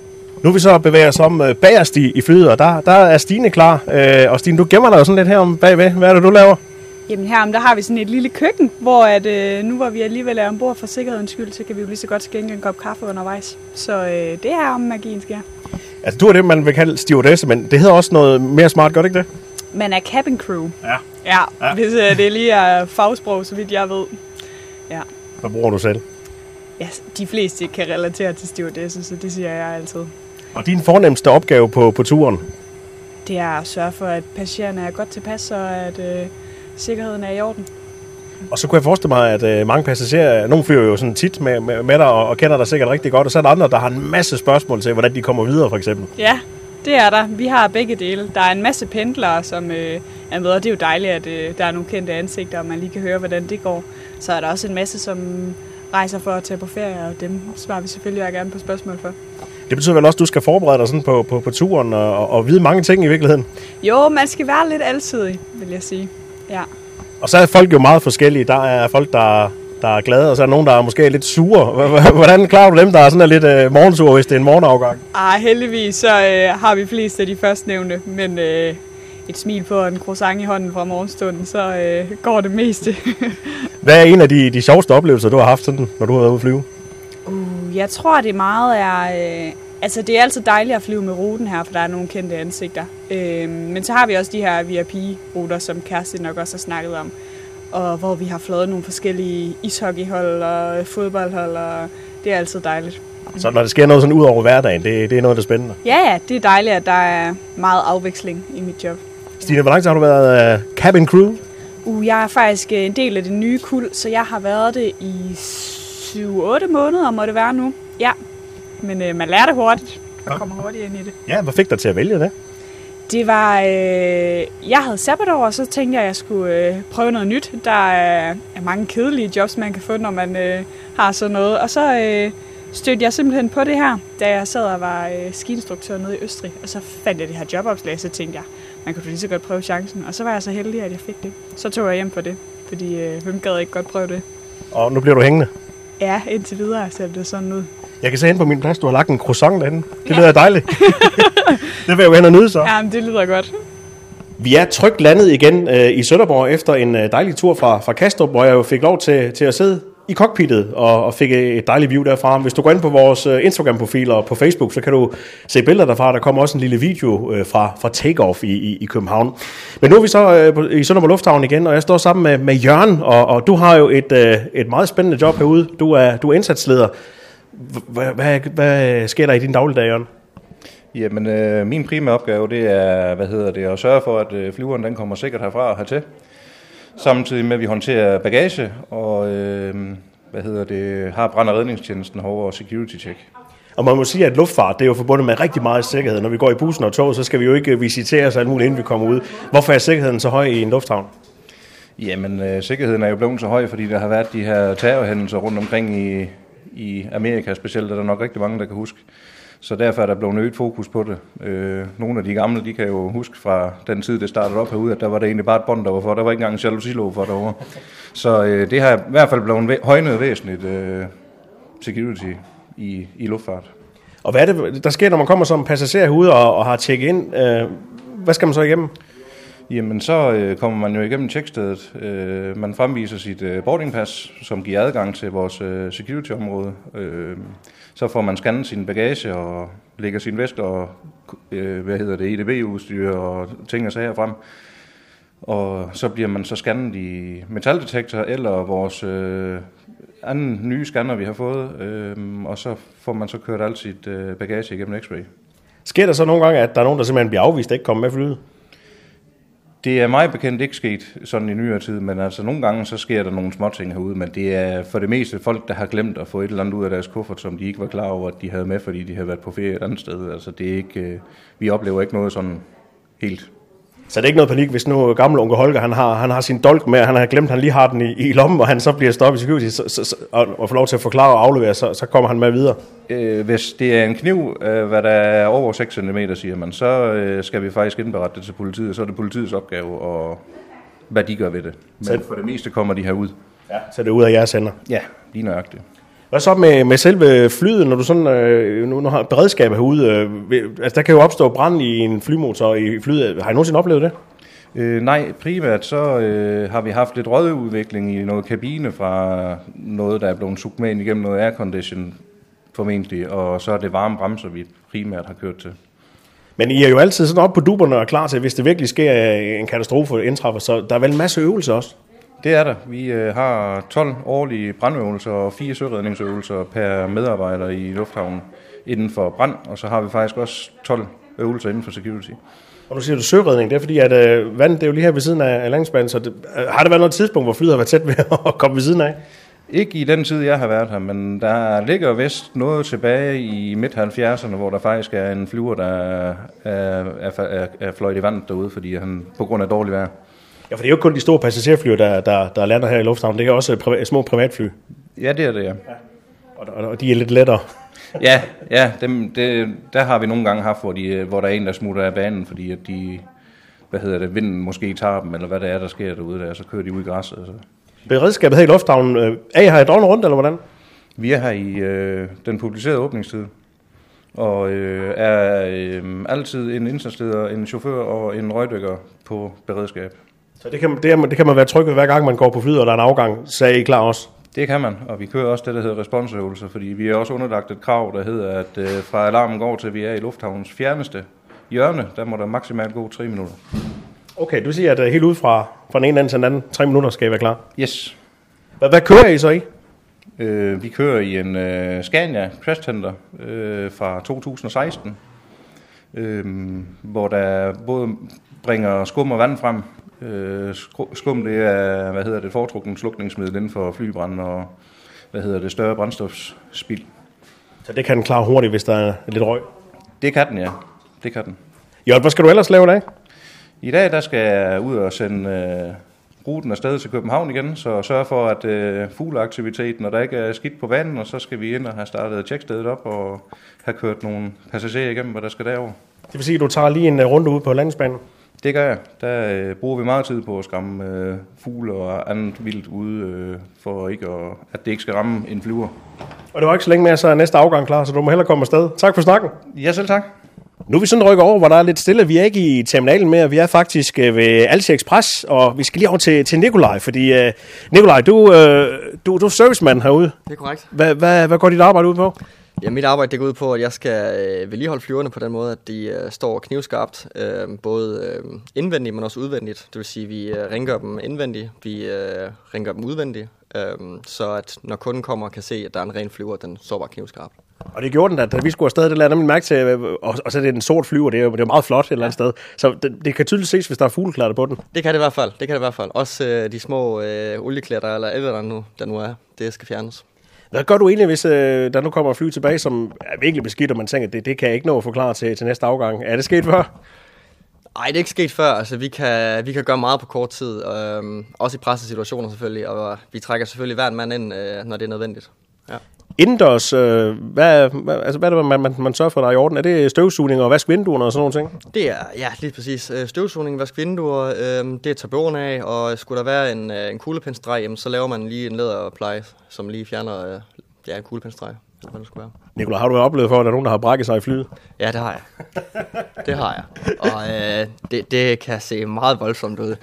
Nu er vi så bevæger os om øh, bagerst i, i flyet, og der, der er Stine klar. Øh, og Stine, du gemmer dig jo sådan lidt her om bagved. Hvad er det, du laver? Jamen herom, der har vi sådan et lille køkken, hvor at, øh, nu hvor vi alligevel er ombord for sikkerhedens skyld, så kan vi jo lige så godt skænke en kop kaffe undervejs. Så øh, det er om magien sker. Altså, du er det, man vil kalde stewardesse, men det hedder også noget mere smart, gør det ikke det? Man er cabin crew. Ja. Ja, ja. hvis øh, det lige er fagsprog, så vidt jeg ved. Ja. Hvad bruger du selv? Ja, de fleste kan relatere til stewardesse, så det siger jeg altid. Og din fornemmeste opgave på, på turen? Det er at sørge for, at passagererne er godt tilpas, og at øh, sikkerheden er i orden. Og så kunne jeg forestille mig, at øh, mange passagerer, nogle flyver jo sådan tit med, med, med dig og, og kender dig sikkert rigtig godt, og så er der andre, der har en masse spørgsmål til, hvordan de kommer videre, for eksempel. Ja, det er der. Vi har begge dele. Der er en masse pendlere, som øh, er med, og det er jo dejligt, at øh, der er nogle kendte ansigter, og man lige kan høre, hvordan det går. Så er der også en masse, som rejser for at tage på ferie, og dem svarer vi selvfølgelig gerne på spørgsmål for. Det betyder vel også, at du skal forberede dig sådan på, på, på turen og, og, og vide mange ting i virkeligheden? Jo, man skal være lidt alsidig, vil jeg sige. Ja. Og så er folk jo meget forskellige. Der er folk, der, der er glade, og så er nogen, der er måske lidt sure. Hvordan klarer du dem, der er sådan lidt øh, morgensur, hvis det er en morgenafgang? Ah, heldigvis så øh, har vi flest af de førstnævnte, men øh, et smil på en croissant i hånden fra morgenstunden, så øh, går det meste. Hvad er en af de, de sjoveste oplevelser, du har haft, sådan, når du har været ude at flyve? Uh, jeg tror, det meget er... Øh, altså, det er altid dejligt at flyve med ruten her, for der er nogle kendte ansigter. Øh, men så har vi også de her V I P-ruter, som Kæreste nok også har snakket om. Og hvor vi har flået nogle forskellige ishockeyhold og fodboldhold, og det er altid dejligt. Så når der sker noget sådan ud over hverdagen, det, det er noget, der er spændende? Ja, ja, det er dejligt, at der er meget afveksling i mit job. Stine, hvor lang tid har du været uh, cabin crew? Uh, jeg er faktisk en del af det nye kuld, så jeg har været det i syv otte måneder, må det være nu. Ja, men øh, man lærer det hurtigt. Man kommer hurtigt ind i det. Ja, hvad fik dig til at vælge det? Det var... Øh, jeg havde sabbatår, og så tænkte jeg, at jeg skulle øh, prøve noget nyt. Der er, er mange kedelige jobs, man kan få, når man øh, har sådan noget. Og så øh, stødte jeg simpelthen på det her, da jeg sad og var øh, skiinstruktør nede i Østrig. Og så fandt jeg det her jobopslag, så tænkte jeg, man kunne lige så godt prøve chancen. Og så var jeg så heldig, at jeg fik det. Så tog jeg hjem på det, fordi øh, hvem gad ikke godt prøve det? Og nu bliver du hængende? Ja, indtil videre ser det sådan ud. Jeg kan se hen på min plads, du har lagt en croissant derinde. Det ja. lyder dejligt. Det vil jeg jo hen og nyde så. Ja, men det lyder godt. Vi er trygt landet igen øh, i Sønderborg efter en øh, dejlig tur fra, fra Kastrup, hvor jeg jo fik lov til, til at sidde i cockpittet og, og fik et dejligt view derfra. Hvis du går ind på vores øh, Instagram-profil og på Facebook, så kan du se billeder derfra. Der kommer også en lille video øh, fra, fra Takeoff i, i, i København. Men nu er vi så øh, i Sønderborg Lufthavn igen, og jeg står sammen med, med Jørgen, og, og du har jo et, øh, et meget spændende job herude. Du er, du er indsatsleder. Hvad, hvad, hvad sker der i din dagligdag, Jørgen? Jamen, øh, min primære opgave, det er, hvad hedder det, at sørge for, at øh, flyveren den kommer sikkert herfra og hertil. Samtidig med, at vi håndterer bagage, og øh, hvad hedder det, har brand- og redningstjenesten over security check. Og man må sige, at luftfart, det er jo forbundet med rigtig meget sikkerhed. Når vi går i bussen og tog, så skal vi jo ikke visitere os alt muligt, inden vi kommer ud. Hvorfor er sikkerheden så høj i en lufthavn? Jamen, øh, sikkerheden er jo blevet så høj, fordi der har været de her terrorhændelser rundt omkring i, i Amerika specielt, er der nok rigtig mange, der kan huske. Så derfor er der blevet øget fokus på det. Øh, nogle af de gamle, de kan jo huske fra den tid, det startede op herude, at der var det egentlig bare et bånd, der var for. Der var ikke engang en jalousilåg for derovre. Så øh, det har i hvert fald blevet højnet væsentligt øh, security i, i luftfart. Og hvad er det, der sker, når man kommer som passager herude og, og har tjekket ind? Øh, hvad skal man så igennem? Jamen, så øh, kommer man jo igennem checkstedet. Øh, man fremviser sit øh, boardingpass, som giver adgang til vores øh, security-område. Øh, så får man scannet sin bagage og lægger sin væske og øh, hvad hedder det, E D B-udstyr og ting og sager frem. Og så bliver man så scannet i metaldetektor eller vores øh, anden nye scanner, vi har fået. Øh, og så får man så kørt alt sit øh, bagage igennem X-ray. Sker der så nogle gange, at der er nogen, der simpelthen bliver afvist og ikke kommer med flyet? Det er meget bekendt ikke sket sådan i nyere tid, men altså nogle gange så sker der nogle små ting herude, men det er for det meste folk, der har glemt at få et eller andet ud af deres kuffert, som de ikke var klar over, at de havde med, fordi de havde været på ferie et andet sted. Altså det er ikke, vi oplever ikke noget sådan helt. Så det er ikke noget panik, hvis nu gamle onkel Holger, han har, han har sin dolk med, han har glemt, han lige har den i, i lommen, og han så bliver stoppet i security så, så, så, og, og får lov til at forklare og aflevere, så, så kommer han med videre. Øh, hvis det er en kniv, øh, hvad der er over seks centimeter, siger man, så øh, skal vi faktisk indberette det til politiet, og så er det politiets opgave, og hvad de gør ved det. Men så for det meste kommer de herud. Ja, så det er ud af jeres hænder. Ja, lige nøjagtigt. Hvad så med, med selve flyet, når du sådan, øh, nu, nu har beredskabet herude? Øh, ved, altså der kan jo opstå brand i en flymotor i flyet. Har I nogensinde oplevet det? Øh, nej, primært så øh, har vi haft lidt rødudvikling i noget kabine fra noget, der er blevet sugt med ind igennem noget aircondition formentlig, og så er det varme bremser, vi primært har kørt til. Men I er jo altid sådan oppe på duberne og klar til, hvis det virkelig sker en katastrofe indtræffer, så der er vel en masse øvelser også? Det er der. Vi øh, har tolv årlige brandøvelser og fire søredningsøvelser per medarbejder i lufthavnen inden for brand, og så har vi faktisk også tolv øvelser inden for security. Og nu siger du søredning, det er fordi, at øh, vandet det er jo lige her ved siden af landingsbanen, så det, øh, har der været noget tidspunkt, hvor flyet har været tæt ved at komme ved siden af? Ikke i den tid, jeg har været her, men der ligger vist noget tilbage i midt halvfjerdserne, hvor der faktisk er en flyver, der er, er, er, er fløjt i vandet derude, fordi han på grund af dårligt vejr. Ja, for det er jo ikke kun de store passagerfly, der, der, der lander her i lufthavnen, det er også priva- små privatfly. Ja, det er det, ja. ja. Og, og, og de er lidt lettere. Ja, ja dem, det, der har vi nogle gange haft, hvor, de, hvor der er en, der smutter af banen, fordi at de, hvad hedder det, vinden måske tager dem, eller hvad det er, der sker derude der, så kører de ud i græsset. Altså. Beredskabet her i lufthavnen, øh, er I her i døgnet rundt, eller hvordan? Vi er her i øh, den publicerede åbningstid, og øh, er øh, altid en indsatsleder, en chauffør og en røgdykker på beredskab. Så det kan, det, er, det kan man være tryg ved, hver gang man går på flyet, og der er en afgang, så er I klar også? Det kan man, og vi kører også det, der hedder responsøvelser, fordi vi er også underlagt et krav, der hedder, at øh, fra alarmen går til, vi er i lufthavnens fjerneste hjørne, der må der maksimalt gå tre minutter. Okay, du siger, at uh, helt ud fra, fra den ene ende til den anden, tre minutter skal I være klar? Yes. Hvad, hvad kører I så i? Øh, vi kører i en øh, Scania Crash Tender øh, fra to tusind og seksten, øh, hvor der både bringer skum og vand frem. Øh, skum, det er, hvad hedder det, foretrukket slukningsmiddel inden for flybrand og, hvad hedder det, større brændstofspild. Så det kan den klare hurtigt, hvis der er lidt røg? Det kan den, ja. Det kan den. Jo, hvad skal du ellers lave i dag? I dag, der skal jeg ud og sende øh, ruten afsted til København igen, så sørge for, at øh, fugleaktiviteten, når der ikke er skidt på banen, og så skal vi ind og have startet tjekstedet op og have kørt nogle passagerer igennem, hvad der skal derover. Det vil sige, at du tager lige en runde ud på landingsbanen? Det gør jeg. Der øh, bruger vi meget tid på at skræmme øh, fugle og andet vildt ude, øh, for ikke at, at det ikke skal ramme en flyver. Og det var ikke så længe mere, så er næste afgang klar, så du må hellere komme afsted. Tak for snakken. Ja, selv tak. Nu er vi sådan rykker over, hvor der er lidt stille. Vi er ikke i terminalen mere, vi er faktisk ved Alsie Express, og vi skal lige over til, til Nikolaj, fordi uh, Nikolaj, du, uh, du, du er servicemand herude. Det er korrekt. Hvad, hvad, hvad går dit arbejde ud på? Ja, mit arbejde det går ud på, at jeg skal øh, vedligeholde flyverne på den måde, at de øh, står knivskarpt, øh, både øh, indvendigt, men også udvendigt. Det vil sige, at vi øh, rengør dem indvendigt, vi øh, rengør dem udvendigt, øh, så at når kunden kommer og kan se, at der er en ren flyver, den står bare knivskarpt. Og det gjorde den, at vi skulle afsted, det lader nemlig mærke til, og, og så er det en sort flyver, det er jo, det er jo meget flot et eller andet sted. Så det, det kan tydeligt ses, hvis der er fugleklatter på den. Det kan det i hvert fald, det kan det i hvert fald. Også øh, de små øh, olieklatter eller eller andet nu, der nu er, det skal fjernes. Hvad gør du egentlig, hvis øh, der nu kommer et fly tilbage, som er virkelig beskidt, og man tænker, at det, det kan jeg ikke nå at forklare til, til næste afgang? Er det sket før? Nej, det er ikke sket før. Altså, vi kan, vi kan gøre meget på kort tid, øhm, også i pressesituationer selvfølgelig, og vi trækker selvfølgelig hver en mand ind, øh, når det er nødvendigt. Ja. Indendørs, øh, hvad, hvad, altså, hvad er det, man, man, man sørger for, der er i orden? Er det støvsugning og vask vinduerne og sådan nogle ting? Det er, ja, lige præcis. Støvsugning, vask vinduer, øh, det er tager bordene af, og skulle der være en, en kuglepindstreg, jamen, så laver man lige en læderpleje, som lige fjerner øh, ja, en kuglepindstreg, eller hvad det skulle være. Nikolaj, har du oplevet for, at der er nogen, der har brækket sig i flyet? Ja, det har jeg. Det har jeg. Og øh, det, det kan se meget voldsomt ud.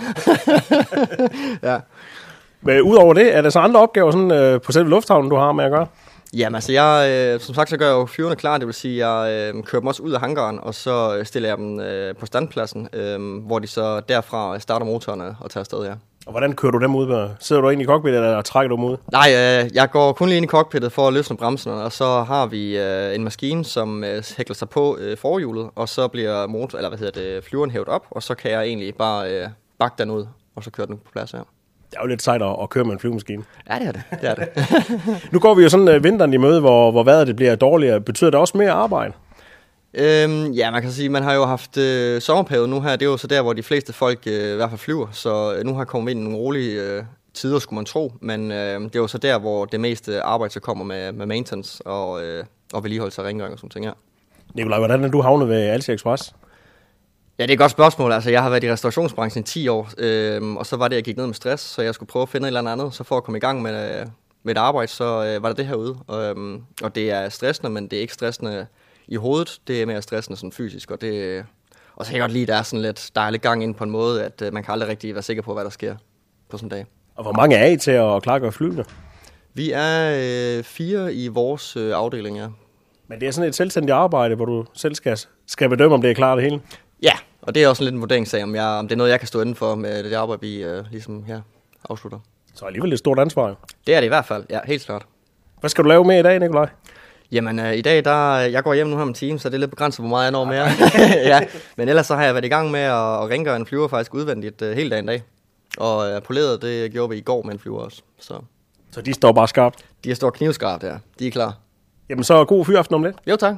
Ja. Men udover det, er der så andre opgaver sådan, øh, på selve lufthavnen, du har med at gøre? Jamen altså, jeg, øh, som sagt, så gør jeg jo flyverne klar, det vil sige, jeg øh, kører dem også ud af hangaren, og så stiller jeg dem øh, på standpladsen, øh, hvor de så derfra starter motorerne og tager afsted, ja. Og hvordan kører du dem ud? Sidder du ind i cockpittet, eller trækker du dem ud? Nej, øh, jeg går kun lige ind i cockpittet for at løsne bremserne, og så har vi øh, en maskine, som øh, hækler sig på øh, forhjulet, og så bliver motor, eller hvad hedder det, flyveren hævet op, og så kan jeg egentlig bare øh, bakke den ud, og så køre den på plads her. Det er jo lidt sejt at køre med en flyvemaskine. Ja, det er det. det, er det. Nu går vi jo sådan uh, vinteren i møde, hvor, hvor vejret det bliver dårligere. Betyder det også mere arbejde? Øhm, ja, man kan sige, man har jo haft øh, sommerperiode nu her. Det er jo så der, hvor de fleste folk øh, i hvert fald flyver. Så øh, nu har kommet ind i nogle rolige øh, tider, skulle man tro. Men øh, det er jo så der, hvor det meste arbejde så kommer med, med maintenance og, øh, og vedligeholdelse af rengøring og sådan ting, ja. Nikolaj, hvordan er du havnet ved Alsie Express? Ja, det er et godt spørgsmål. Altså, jeg har været i restaurationsbranchen i ti år, øh, og så var det, jeg gik ned med stress, så jeg skulle prøve at finde et eller andet, så for at komme i gang med, mit arbejde, så øh, var der det herude. Og, øhm, og det er stressende, men det er ikke stressende i hovedet. Det er mere stressende sådan fysisk, og det... Og så kan jeg godt lide, at der er sådan lidt, der er lidt gang ind på en måde, at øh, man kan aldrig rigtig være sikker på, hvad der sker på sådan en dag. Og hvor mange er I til at klargøre flyene? Vi er øh, fire i vores øh, afdeling, ja. Men det er sådan et selvstændigt arbejde, hvor du selv skal, skal bedømme, om det er klart det hele? Ja, og det er også lidt en vurderingssag, om, jeg, om det er noget, jeg kan stå inden for med det arbejde, vi øh, ligesom her afslutter. Så alligevel et stort ansvar. Det er det i hvert fald, ja, helt klart. Hvad skal du lave med i dag, Nikolaj? Jamen, øh, i dag, der, jeg går hjem nu her om en time, så det er lidt begrænset, hvor meget jeg når mere. Ja, men ellers så har jeg været i gang med at, at rengøre en flyver faktisk udvendigt øh, hele dagen dag. Og øh, poleret, det gjorde vi i går med en flyver også. Så, så de står bare skarpt? De står knivskarpt, ja. De er klar. Jamen, så god fyraften om lidt. Jo, tak.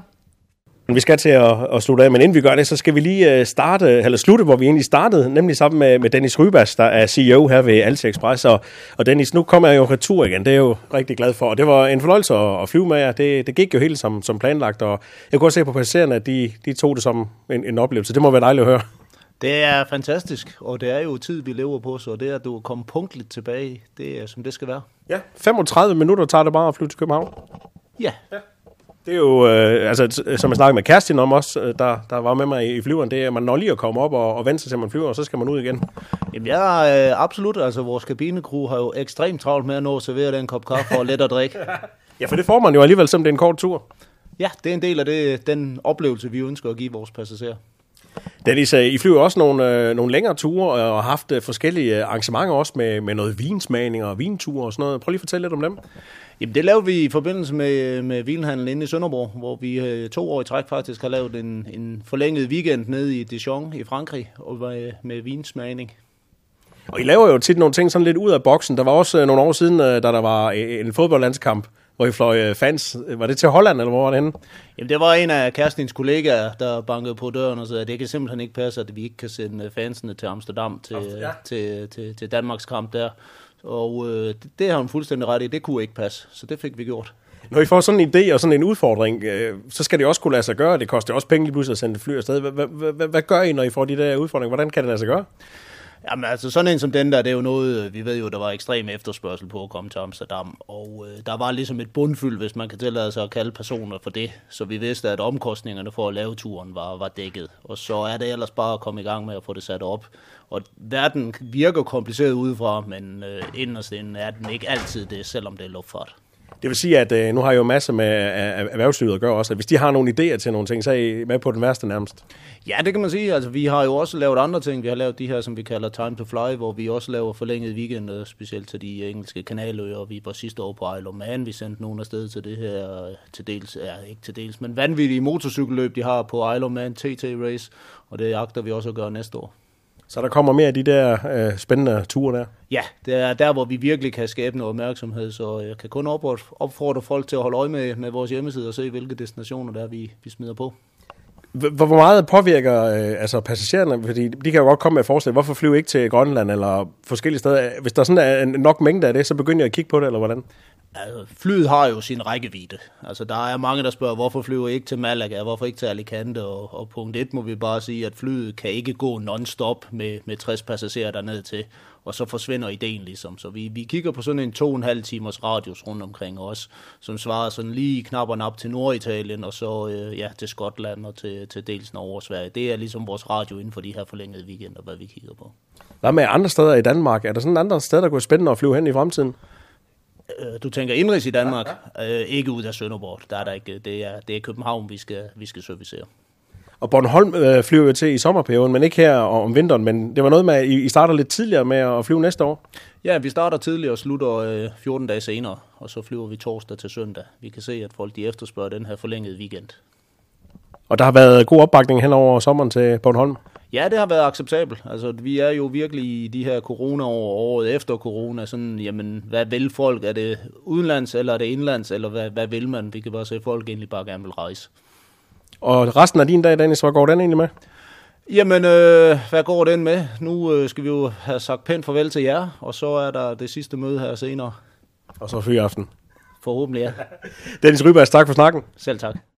Vi skal til at, at slutte af, men inden vi gør det, så skal vi lige starte, eller slutte, hvor vi egentlig startede, nemlig sammen med, med Dennis Rybas, der er C E O her ved Alsie Express. Og, og Dennis, nu kommer jeg jo retur igen, det er jeg jo rigtig glad for. Og det var en fornøjelse at, at flyve med jer. Det, det gik jo helt som, som planlagt, og jeg kunne også se på passagererne, at de, de tog det som en, en oplevelse. Det må være dejligt at høre. Det er fantastisk, og det er jo tid, vi lever på, så det at du kommer punktligt tilbage, det er som det skal være. Ja, femogtredive minutter tager det bare at flyve til København. Ja. Ja. Det er jo, øh, altså, som jeg snakkede med Kerstin om også, der, der var med mig i flyveren, det er, at man når lige at komme op og, og vente sig til, man flyver, og så skal man ud igen. Jamen ja, øh, absolut. Altså, vores kabinecrew har jo ekstremt travlt med at nå at servere den kop kaffe og let at drikke. Ja, for det får man jo alligevel, som det er en kort tur. Ja, det er en del af det, den oplevelse, vi ønsker at give vores passagerer. Dennis, I flyver også nogle, øh, nogle længere ture og har haft øh, forskellige arrangementer også med, med noget vinsmagning og vinture og sådan noget. Prøv lige at fortælle lidt om dem. Jamen, det lavede vi i forbindelse med, med vinhandlen inde i Sønderborg, hvor vi øh, to år i træk faktisk har lavet en, en forlænget weekend nede i Dijon i Frankrig og med, med vinsmagning. Og I laver jo tit nogle ting sådan lidt ud af boksen. Der var også øh, nogle år siden, øh, da der var en fodboldlandskamp, hvor I fløj øh, fans. Var det til Holland, eller hvor var det henne? Jamen, det var en af Kerstins kollegaer, der bankede på døren og sagde, at det kan simpelthen ikke passe, at vi ikke kan sende fansene til Amsterdam til, ja. til, til, til Danmarks kamp der. Og øh, det, det har hun fuldstændig ret i. Det kunne ikke passe, så det fik vi gjort. Når I får sådan en idé og sådan en udfordring, øh, så skal det også kunne lade sig gøre. Det koster også penge lige pludselig at sende fly afsted. Hvad gør I, når I får de der udfordringer? Hvordan kan det lade sig gøre? Jamen altså sådan en som den der, det er jo noget, vi ved jo, der var ekstrem efterspørgsel på at komme til Amsterdam, og øh, der var ligesom et bundfyld, hvis man kan tillade sig at kalde personer for det, så vi vidste, at omkostningerne for at lave turen var, var dækket, og så er det ellers bare at komme i gang med at få det sat op, og verden virker kompliceret udefra, men øh, inderst inden er den ikke altid det, selvom det er luftfart. Det vil sige, at øh, nu har jeg jo masser med erhvervslivet at gøre også, at hvis de har nogle idéer til nogle ting, så er I med på den værste nærmest. Ja, det kan man sige. Altså, vi har jo også lavet andre ting. Vi har lavet de her, som vi kalder Time to Fly, hvor vi også laver forlænget weekend, specielt til de engelske kanaløer. Vi var sidste år på Isle of Man. Vi sendte nogen afsted til det her, til dels, ja, ikke til dels, men vanvittige motorcykelløb, de har på Isle of Man T T Race, og det agter vi også at gøre næste år. Så der kommer mere af de der øh, spændende ture der? Ja, det er der, hvor vi virkelig kan skabe noget opmærksomhed, så jeg kan kun opfordre folk til at holde øje med, med vores hjemmeside og se, hvilke destinationer der vi, vi smider på. Hvor meget påvirker øh, altså passagererne? Fordi de kan jo godt komme med et forslag. Hvorfor flyve ikke til Grønland eller forskellige steder? Hvis der sådan er en nok mængde af det, så begynder jeg at kigge på det, eller hvordan? Altså, flyet har jo sin rækkevidde. Altså, der er mange, der spørger, hvorfor flyver I ikke til Malaga, hvorfor ikke til Alicante? Og, og punkt et må vi bare sige, at flyet kan ikke gå non-stop med, med tres passagerer derned til, og så forsvinder ideen ligesom. Så vi, vi kigger på sådan en to og en halv timers radius rundt omkring os, som svarer sådan lige knapperne op til Norditalien, og så øh, ja, til Skotland og til, til dels Norge og Sverige. Det er ligesom vores radio inden for de her forlængede weekender, hvad vi kigger på. Hvad med andre steder i Danmark? Er der sådan andre steder, der kunne være spændende at flyve hen i fremtiden? Du tænker indrigs i Danmark, ja, ja. Øh, ikke ud af Sønderborg. Der er der ikke. Det er, det er København, vi skal, vi skal servicere. Og Bornholm øh, flyver jo til i sommerperioden, men ikke her om vinteren. Men det var noget med, at I starter lidt tidligere med at flyve næste år? Ja, vi starter tidligere og slutter øh, fjorten dage senere, og så flyver vi torsdag til søndag. Vi kan se, at folk de efterspørger den her forlængede weekend. Og der har været god opbakning hen over sommeren til Bornholm? Ja, det har været acceptabelt. Altså, vi er jo virkelig i de her corona-år, året efter corona, sådan, jamen, hvad vil folk? Er det udenlands, eller er det indlands, eller hvad, hvad vil man? Vi kan bare se, at folk egentlig bare gerne vil rejse. Og resten af din dag, Dennis, hvad går den egentlig med? Jamen, øh, hvad går den med? Nu øh, skal vi jo have sagt pænt farvel til jer, og så er der det sidste møde her senere. Og så fyraften. Forhåbentlig, ja. Dennis Rybas, tak for snakken. Selv tak.